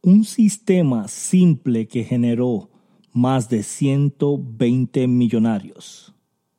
un sistema simple que generó más de 120 millonarios.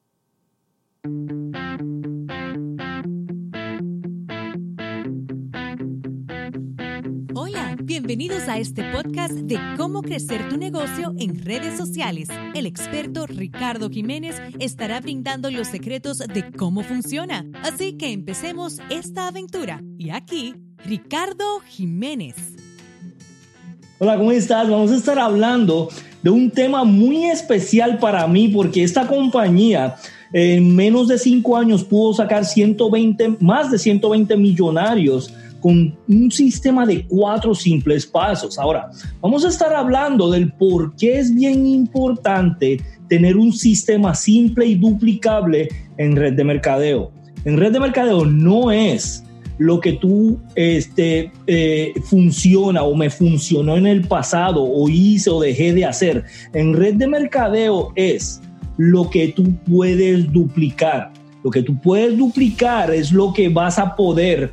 Hola, bienvenidos a este podcast de cómo crecer tu negocio en redes sociales. El experto Ricardo Jiménez estará brindando los secretos de cómo funciona. Así que empecemos esta aventura. Y aquí, Ricardo Jiménez. Hola, ¿cómo estás? Vamos a estar hablando de un tema muy especial para mí porque esta compañía en menos de 5 años pudo sacar más de 120 millonarios con un sistema de 4 simples pasos. Ahora, vamos a estar hablando del por qué es bien importante tener un sistema simple y duplicable en red de mercadeo. En red de mercadeo no es lo que tú funciona o me funcionó en el pasado o hice o dejé de hacer. En red de mercadeo es lo que tú puedes duplicar. Lo que tú puedes duplicar es lo que vas a poder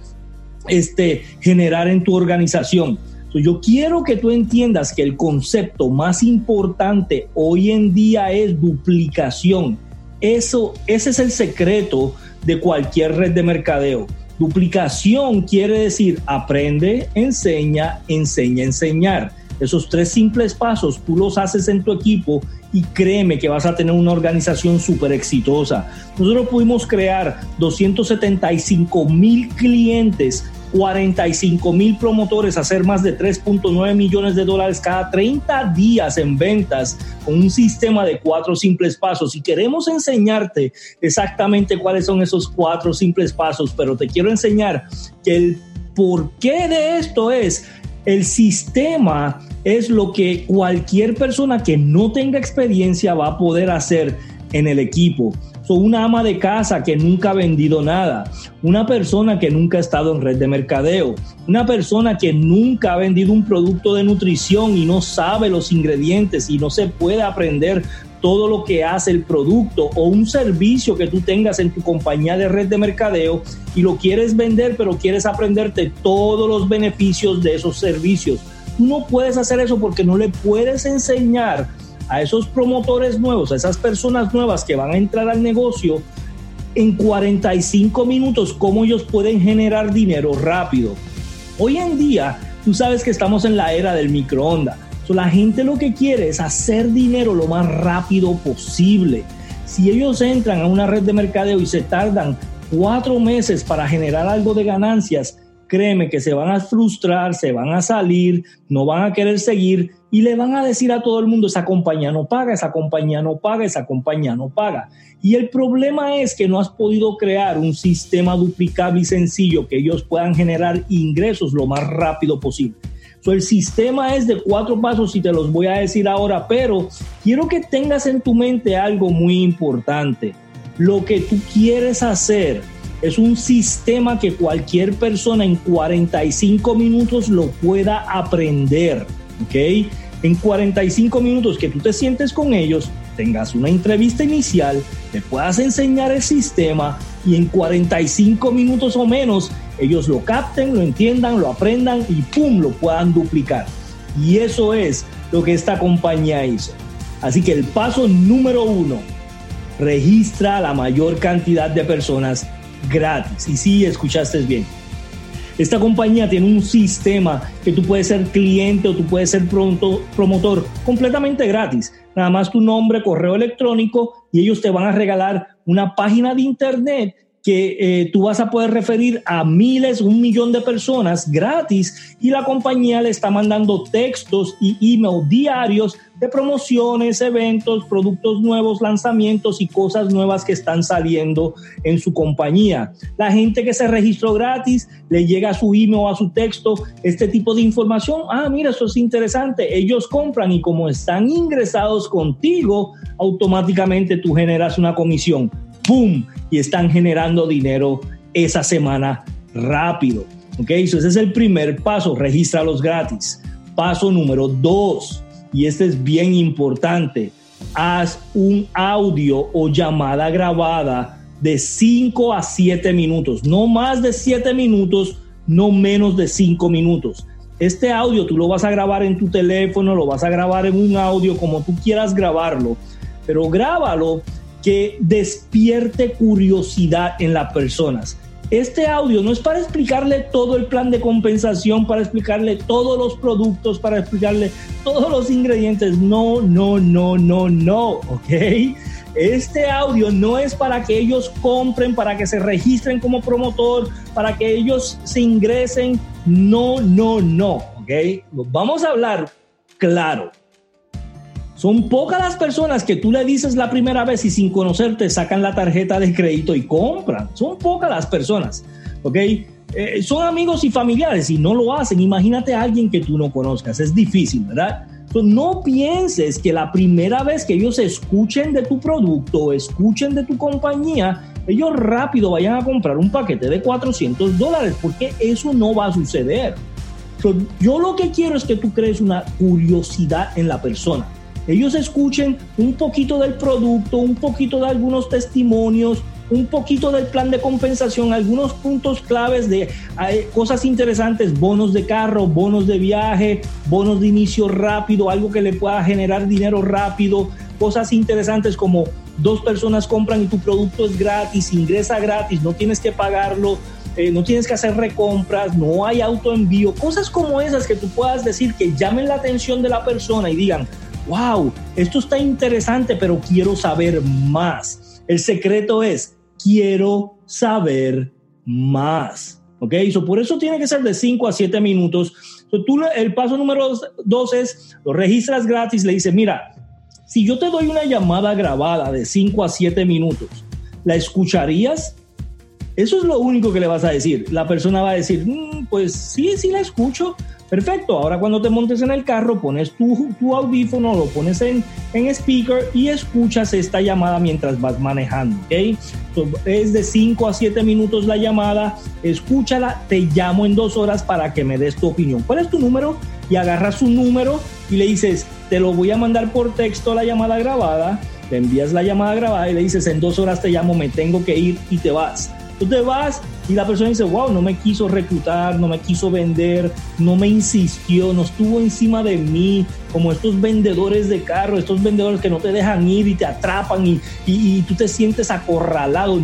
generar en tu organización. Yo quiero que tú entiendas que el concepto más importante hoy en día es duplicación. Ese es el secreto de cualquier red de mercadeo. Duplicación quiere decir aprende, enseña, enseñar. Esos 3 simples pasos tú los haces en tu equipo y créeme que vas a tener una organización súper exitosa. Nosotros pudimos crear 275,000 clientes, 45,000 promotores, hacer más de $3.9 millones cada 30 días en ventas con un sistema de 4 simples pasos. Y queremos enseñarte exactamente cuáles son esos 4 simples pasos, pero te quiero enseñar que el porqué de esto es el sistema es lo que cualquier persona que no tenga experiencia va a poder hacer en el equipo. Una ama de casa que nunca ha vendido nada, una persona que nunca ha estado en red de mercadeo, una persona que nunca ha vendido un producto de nutrición y no sabe los ingredientes y no se puede aprender todo lo que hace el producto, o un servicio que tú tengas en tu compañía de red de mercadeo y lo quieres vender, pero quieres aprenderte todos los beneficios de esos servicios. Tú no puedes hacer eso porque no le puedes enseñar a esos promotores nuevos, a esas personas nuevas que van a entrar al negocio en 45 minutos cómo ellos pueden generar dinero rápido. Hoy en día, tú sabes que estamos en la era del microondas. La gente lo que quiere es hacer dinero lo más rápido posible. Si ellos entran a una red de mercadeo y se tardan 4 meses para generar algo de ganancias, créeme que se van a frustrar, se van a salir, no van a querer seguir y le van a decir a todo el mundo: esa compañía no paga, esa compañía no paga, esa compañía no paga. Y el problema es que no has podido crear un sistema duplicable y sencillo que ellos puedan generar ingresos lo más rápido posible. El sistema es de 4 pasos y te los voy a decir ahora, pero quiero que tengas en tu mente algo muy importante. Lo que tú quieres hacer es un sistema que cualquier persona en 45 minutos lo pueda aprender, ¿ok? En 45 minutos que tú te sientes con ellos, tengas una entrevista inicial, te puedas enseñar el sistema y en 45 minutos o menos ellos lo capten, lo entiendan, lo aprendan y ¡pum!, lo puedan duplicar. Y eso es lo que esta compañía hizo. Así que el paso número 1, registra la mayor cantidad de personas gratis. Y sí, escuchaste bien. Esta compañía tiene un sistema que tú puedes ser cliente o tú puedes ser promotor completamente gratis. Nada más tu nombre, correo electrónico y ellos te van a regalar una página de internet que tú vas a poder referir a miles, 1 millón de personas gratis, y la compañía le está mandando textos y email diarios de promociones, eventos, productos nuevos, lanzamientos y cosas nuevas que están saliendo en su compañía. La gente que se registró gratis le llega a su email o a su texto este tipo de información. Mira, esto es interesante. Ellos compran y como están ingresados contigo, automáticamente tú generas una comisión. ¡Pum! Y están generando dinero esa semana rápido. ¿Ok? Ese es el primer paso, regístralos gratis. Paso número 2, y este es bien importante, haz un audio o llamada grabada de 5 a 7 minutos, no más de 7 minutos, no menos de 5 minutos. Este audio tú lo vas a grabar en tu teléfono, lo vas a grabar en un audio como tú quieras grabarlo, pero grábalo que despierte curiosidad en las personas. Este audio no es para explicarle todo el plan de compensación, para explicarle todos los productos, para explicarle todos los ingredientes. No, ¿ok? Este audio no es para que ellos compren, para que se registren como promotor, para que ellos se ingresen. No, ¿ok? Vamos a hablar claro. Son pocas las personas que tú le dices la primera vez y sin conocerte sacan la tarjeta de crédito y compran. Son pocas las personas, ¿ok? Son amigos y familiares y no lo hacen. Imagínate a alguien que tú no conozcas. Es difícil, ¿verdad? Entonces, no pienses que la primera vez que ellos escuchen de tu producto o escuchen de tu compañía, ellos rápido vayan a comprar un paquete de $400, porque eso no va a suceder. Entonces, yo lo que quiero es que tú crees una curiosidad en la persona. Ellos escuchen un poquito del producto, un poquito de algunos testimonios, un poquito del plan de compensación, algunos puntos claves de cosas interesantes, bonos de carro, bonos de viaje, bonos de inicio rápido, algo que le pueda generar dinero rápido, cosas interesantes como 2 personas compran y tu producto es gratis, ingresa gratis, no tienes que pagarlo, no tienes que hacer recompras, no hay autoenvío, cosas como esas que tú puedas decir que llamen la atención de la persona y digan, wow, esto está interesante, pero quiero saber más. El secreto es, quiero saber más. ¿Ok? Por eso tiene que ser de 5 a 7 minutos. El paso número 2 es, lo registras gratis, le dices, mira, si yo te doy una llamada grabada de 5 a 7 minutos, ¿la escucharías? Eso es lo único que le vas a decir. La persona va a decir, pues sí la escucho. Perfecto, ahora cuando te montes en el carro pones tu audífono, lo pones en speaker y escuchas esta llamada mientras vas manejando, ¿ok? Es de 5 a 7 minutos la llamada, escúchala, te llamo en 2 horas para que me des tu opinión. ¿Cuál es tu número? Y agarras su número y le dices, te lo voy a mandar por texto la llamada grabada, le envías la llamada grabada y le dices, en 2 horas te llamo, me tengo que ir y te vas. Tú te vas y la persona dice, wow, no me quiso reclutar, no me quiso vender, no me insistió, no estuvo encima de mí, como estos vendedores de carro, estos vendedores que no te dejan ir y te atrapan y tú te sientes acorralado.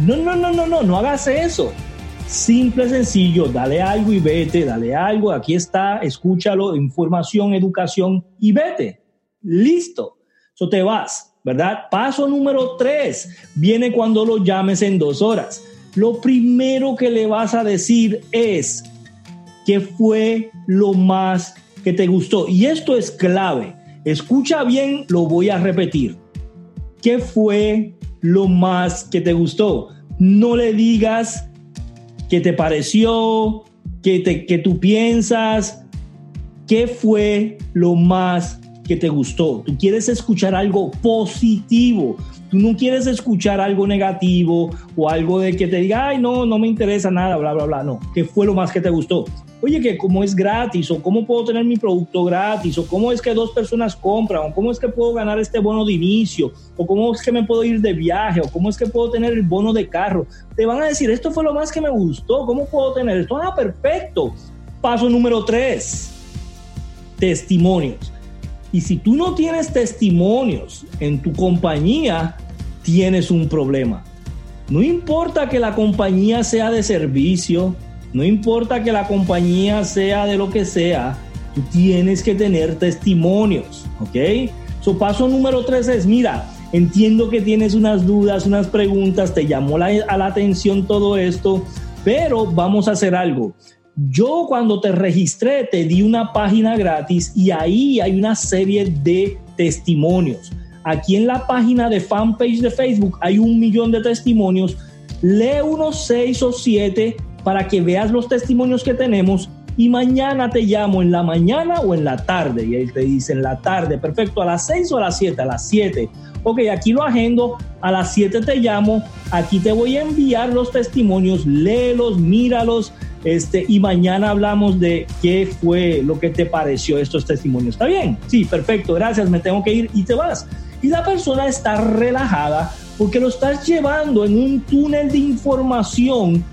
No hagas eso. Simple, sencillo, dale algo y vete, dale algo, aquí está, escúchalo, información, educación y vete. Listo. So te vas, ¿verdad? Paso número 3 viene cuando lo llames en 2 horas. Lo primero que le vas a decir es qué fue lo más que te gustó. Y esto es clave. Escucha bien, lo voy a repetir. ¿Qué fue lo más que te gustó? No le digas qué te pareció, qué tú piensas. ¿Qué fue lo más que te gustó? Tú quieres escuchar algo positivo. Tú no quieres escuchar algo negativo o algo de que te diga, ay, no me interesa nada, bla, bla, bla. No, ¿qué fue lo más que te gustó? Oye, que cómo es gratis, o cómo puedo tener mi producto gratis, o cómo es que 2 personas compran, o cómo es que puedo ganar este bono de inicio, o cómo es que me puedo ir de viaje, o cómo es que puedo tener el bono de carro. Te van a decir, esto fue lo más que me gustó, ¿cómo puedo tener esto? Ah, perfecto. Paso número 3, testimonios. Y si tú no tienes testimonios en tu compañía, tienes un problema. No importa que la compañía sea de servicio, no importa que la compañía sea de lo que sea, tú tienes que tener testimonios, ¿ok? Paso número 3 es, mira, entiendo que tienes unas dudas, unas preguntas, te llamó a la atención todo esto, pero vamos a hacer algo. Yo cuando te registré te di una página gratis y ahí hay una serie de testimonios. Aquí en la página de fanpage de Facebook hay 1 millón de testimonios. Lee unos 6 o 7 para que veas los testimonios que tenemos y mañana te llamo en la mañana o en la tarde. Y él te dice en la tarde, perfecto, a las 6 o a las 7, a las 7. Ok, aquí lo agendo, a las 7 te llamo, aquí te voy a enviar los testimonios, léelos, míralos, y mañana hablamos de qué fue lo que te pareció estos testimonios. ¿Está bien? Sí, perfecto, gracias, me tengo que ir y te vas. Y la persona está relajada porque lo estás llevando en un túnel de información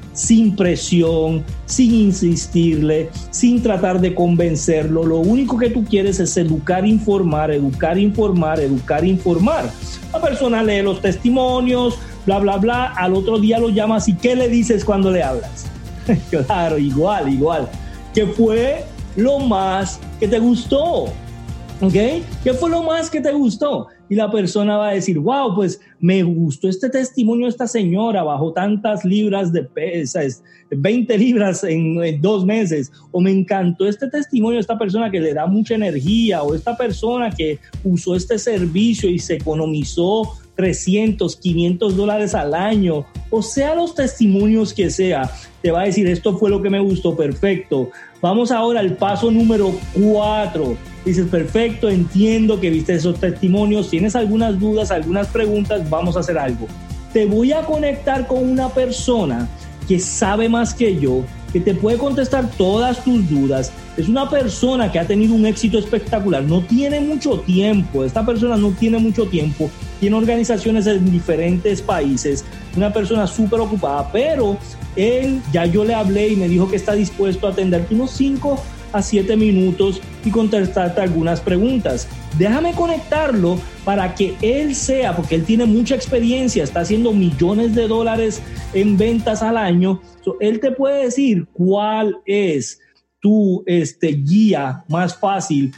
sin presión, sin insistirle, sin tratar de convencerlo. Lo único que tú quieres es educar, informar, educar, informar, educar, informar. La persona lee los testimonios, bla, bla, bla, al otro día lo llamas y ¿qué le dices cuando le hablas? Claro, igual. ¿Qué fue lo más que te gustó? ¿Ok? ¿Qué fue lo más que te gustó? Y la persona va a decir, wow, pues me gustó este testimonio de esta señora, bajó tantas libras de peso, 20 libras en 2 meses, o me encantó este testimonio de esta persona que le da mucha energía, o esta persona que usó este servicio y se economizó $300, $500 al año, o sea, los testimonios que sea, te va a decir, esto fue lo que me gustó, perfecto. Vamos ahora al paso número 4. Dices, perfecto, entiendo que viste esos testimonios, tienes algunas dudas, algunas preguntas, vamos a hacer algo. Te voy a conectar con una persona que sabe más que yo, que te puede contestar todas tus dudas. Es una persona que ha tenido un éxito espectacular, no tiene mucho tiempo, esta persona no tiene mucho tiempo, tiene organizaciones en diferentes países, una persona súper ocupada, pero él, ya yo le hablé y me dijo que está dispuesto a atenderte unos 5 a 7 minutos y contestarte algunas preguntas. Déjame conectarlo para que él sea, porque él tiene mucha experiencia, está haciendo millones de dólares en ventas al año. Él te puede decir cuál es tu guía más fácil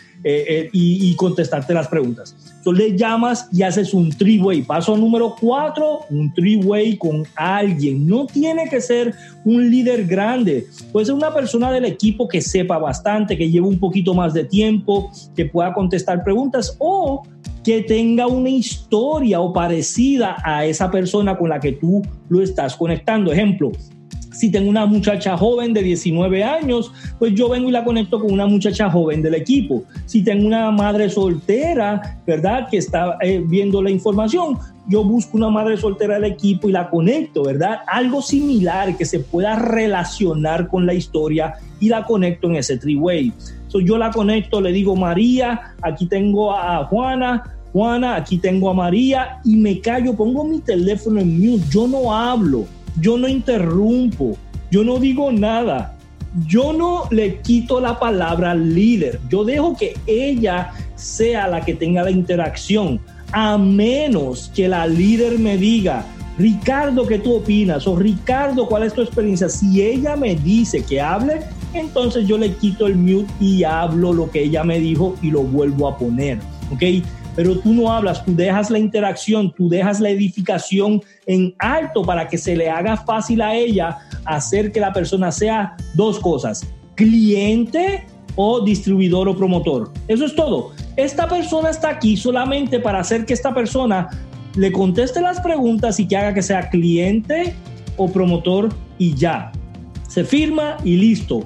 y contestarte las preguntas. Le llamas y haces un three-way. Paso número 4, un three-way con alguien. No tiene que ser un líder grande. Puede ser una persona del equipo que sepa bastante, que lleve un poquito más de tiempo, que pueda contestar preguntas o que tenga una historia o parecida a esa persona con la que tú lo estás conectando. Ejemplo, si tengo una muchacha joven de 19 años, pues yo vengo y la conecto con una muchacha joven del equipo. Si tengo una madre soltera, ¿verdad?, que está viendo la información, yo busco una madre soltera del equipo y la conecto, ¿verdad? Algo similar que se pueda relacionar con la historia y la conecto en ese three-way. Yo la conecto, le digo, María, aquí tengo a Juana, aquí tengo a María, y me callo, pongo mi teléfono en mute, yo no hablo. Yo no interrumpo, yo no digo nada, yo no le quito la palabra líder, yo dejo que ella sea la que tenga la interacción, a menos que la líder me diga, Ricardo, ¿qué tú opinas? O Ricardo, ¿cuál es tu experiencia? Si ella me dice que hable, entonces yo le quito el mute y hablo lo que ella me dijo y lo vuelvo a poner, ¿ok? Pero tú no hablas, tú dejas la interacción, tú dejas la edificación en alto para que se le haga fácil a ella hacer que la persona sea 2 cosas, cliente o distribuidor o promotor. Eso es todo. Esta persona está aquí solamente para hacer que esta persona le conteste las preguntas y que haga que sea cliente o promotor y ya. Se firma y listo.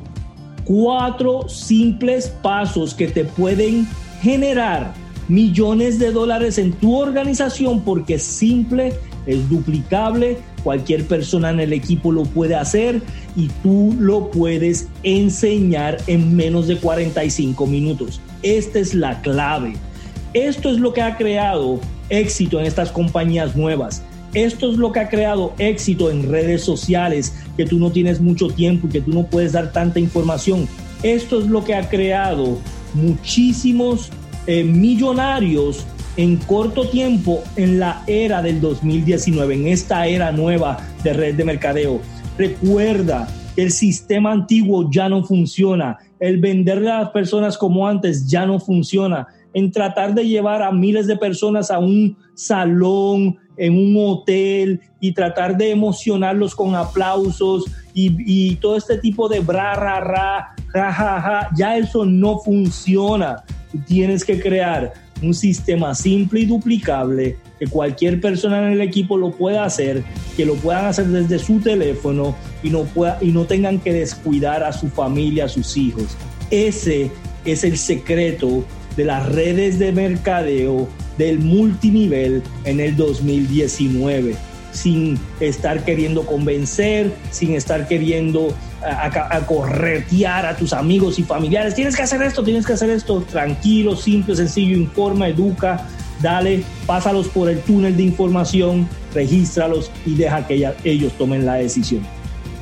4 simples pasos que te pueden generar millones de dólares en tu organización porque es simple, es duplicable, cualquier persona en el equipo lo puede hacer y tú lo puedes enseñar en menos de 45 minutos. Esta es la clave. Esto es lo que ha creado éxito en estas compañías nuevas. Esto es lo que ha creado éxito en redes sociales, que tú no tienes mucho tiempo y que tú no puedes dar tanta información. Esto es lo que ha creado muchísimos millonarios en corto tiempo en la era del 2019, en esta era nueva de red de mercadeo. Recuerda que el sistema antiguo ya no funciona, el venderle a las personas como antes ya no funciona, en tratar de llevar a miles de personas a un salón, en un hotel y tratar de emocionarlos con aplausos y todo este tipo de bra, ra, ra, ja, ja, ja, ya eso no funciona. Tienes que crear un sistema simple y duplicable que cualquier persona en el equipo lo pueda hacer, que lo puedan hacer desde su teléfono y no tengan que descuidar a su familia, a sus hijos. Ese es el secreto de las redes de mercadeo del multinivel en el 2019, sin estar queriendo convencer, sin estar queriendo a corretear a tus amigos y familiares. Tienes que hacer esto, tranquilo, simple, sencillo, informa, educa, dale, pásalos por el túnel de información, regístralos y deja que ellos tomen la decisión.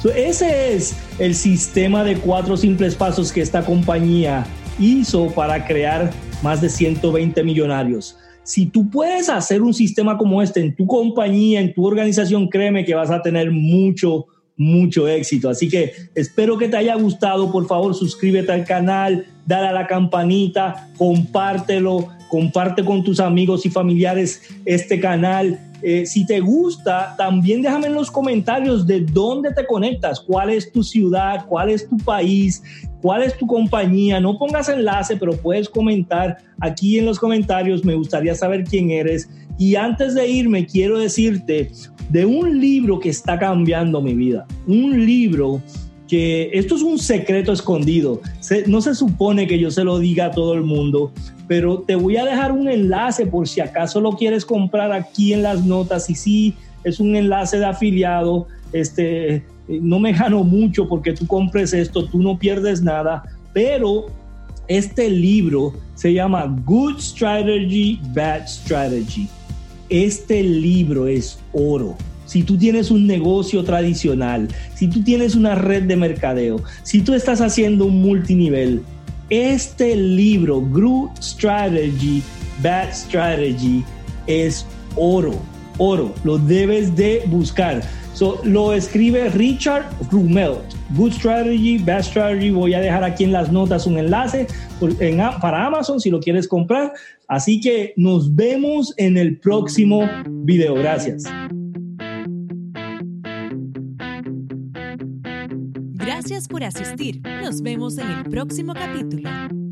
Ese es el sistema de 4 simples pasos que esta compañía hizo para crear más de 120 millonarios. Si tú puedes hacer un sistema como este en tu compañía, en tu organización, créeme que vas a tener mucho éxito. Así que espero que te haya gustado. Por favor, suscríbete al canal, dale a la campanita, compártelo, comparte con tus amigos y familiares este canal. Si te gusta, también déjame en los comentarios de dónde te conectas, cuál es tu ciudad, cuál es tu país, cuál es tu compañía. No pongas enlace, pero puedes comentar aquí en los comentarios. Me gustaría saber quién eres. Y antes de irme, quiero decirte de un libro que está cambiando mi vida. Un libro que esto es un secreto escondido. No se supone que yo se lo diga a todo el mundo, pero te voy a dejar un enlace por si acaso lo quieres comprar aquí en las notas. Y sí, es un enlace de afiliado. No me gano mucho porque tú compres esto, tú no pierdes nada, pero este libro se llama Good Strategy, Bad Strategy. Este libro es oro. Si tú tienes un negocio tradicional, si tú tienes una red de mercadeo, si tú estás haciendo un multinivel, este libro, Good Strategy, Bad Strategy, es oro. Lo debes de buscar. Lo escribe Richard Rumelt. Good Strategy, Bad Strategy. Voy a dejar aquí en las notas un enlace para Amazon si lo quieres comprar. Así que nos vemos en el próximo video. Gracias. Gracias por asistir. Nos vemos en el próximo capítulo.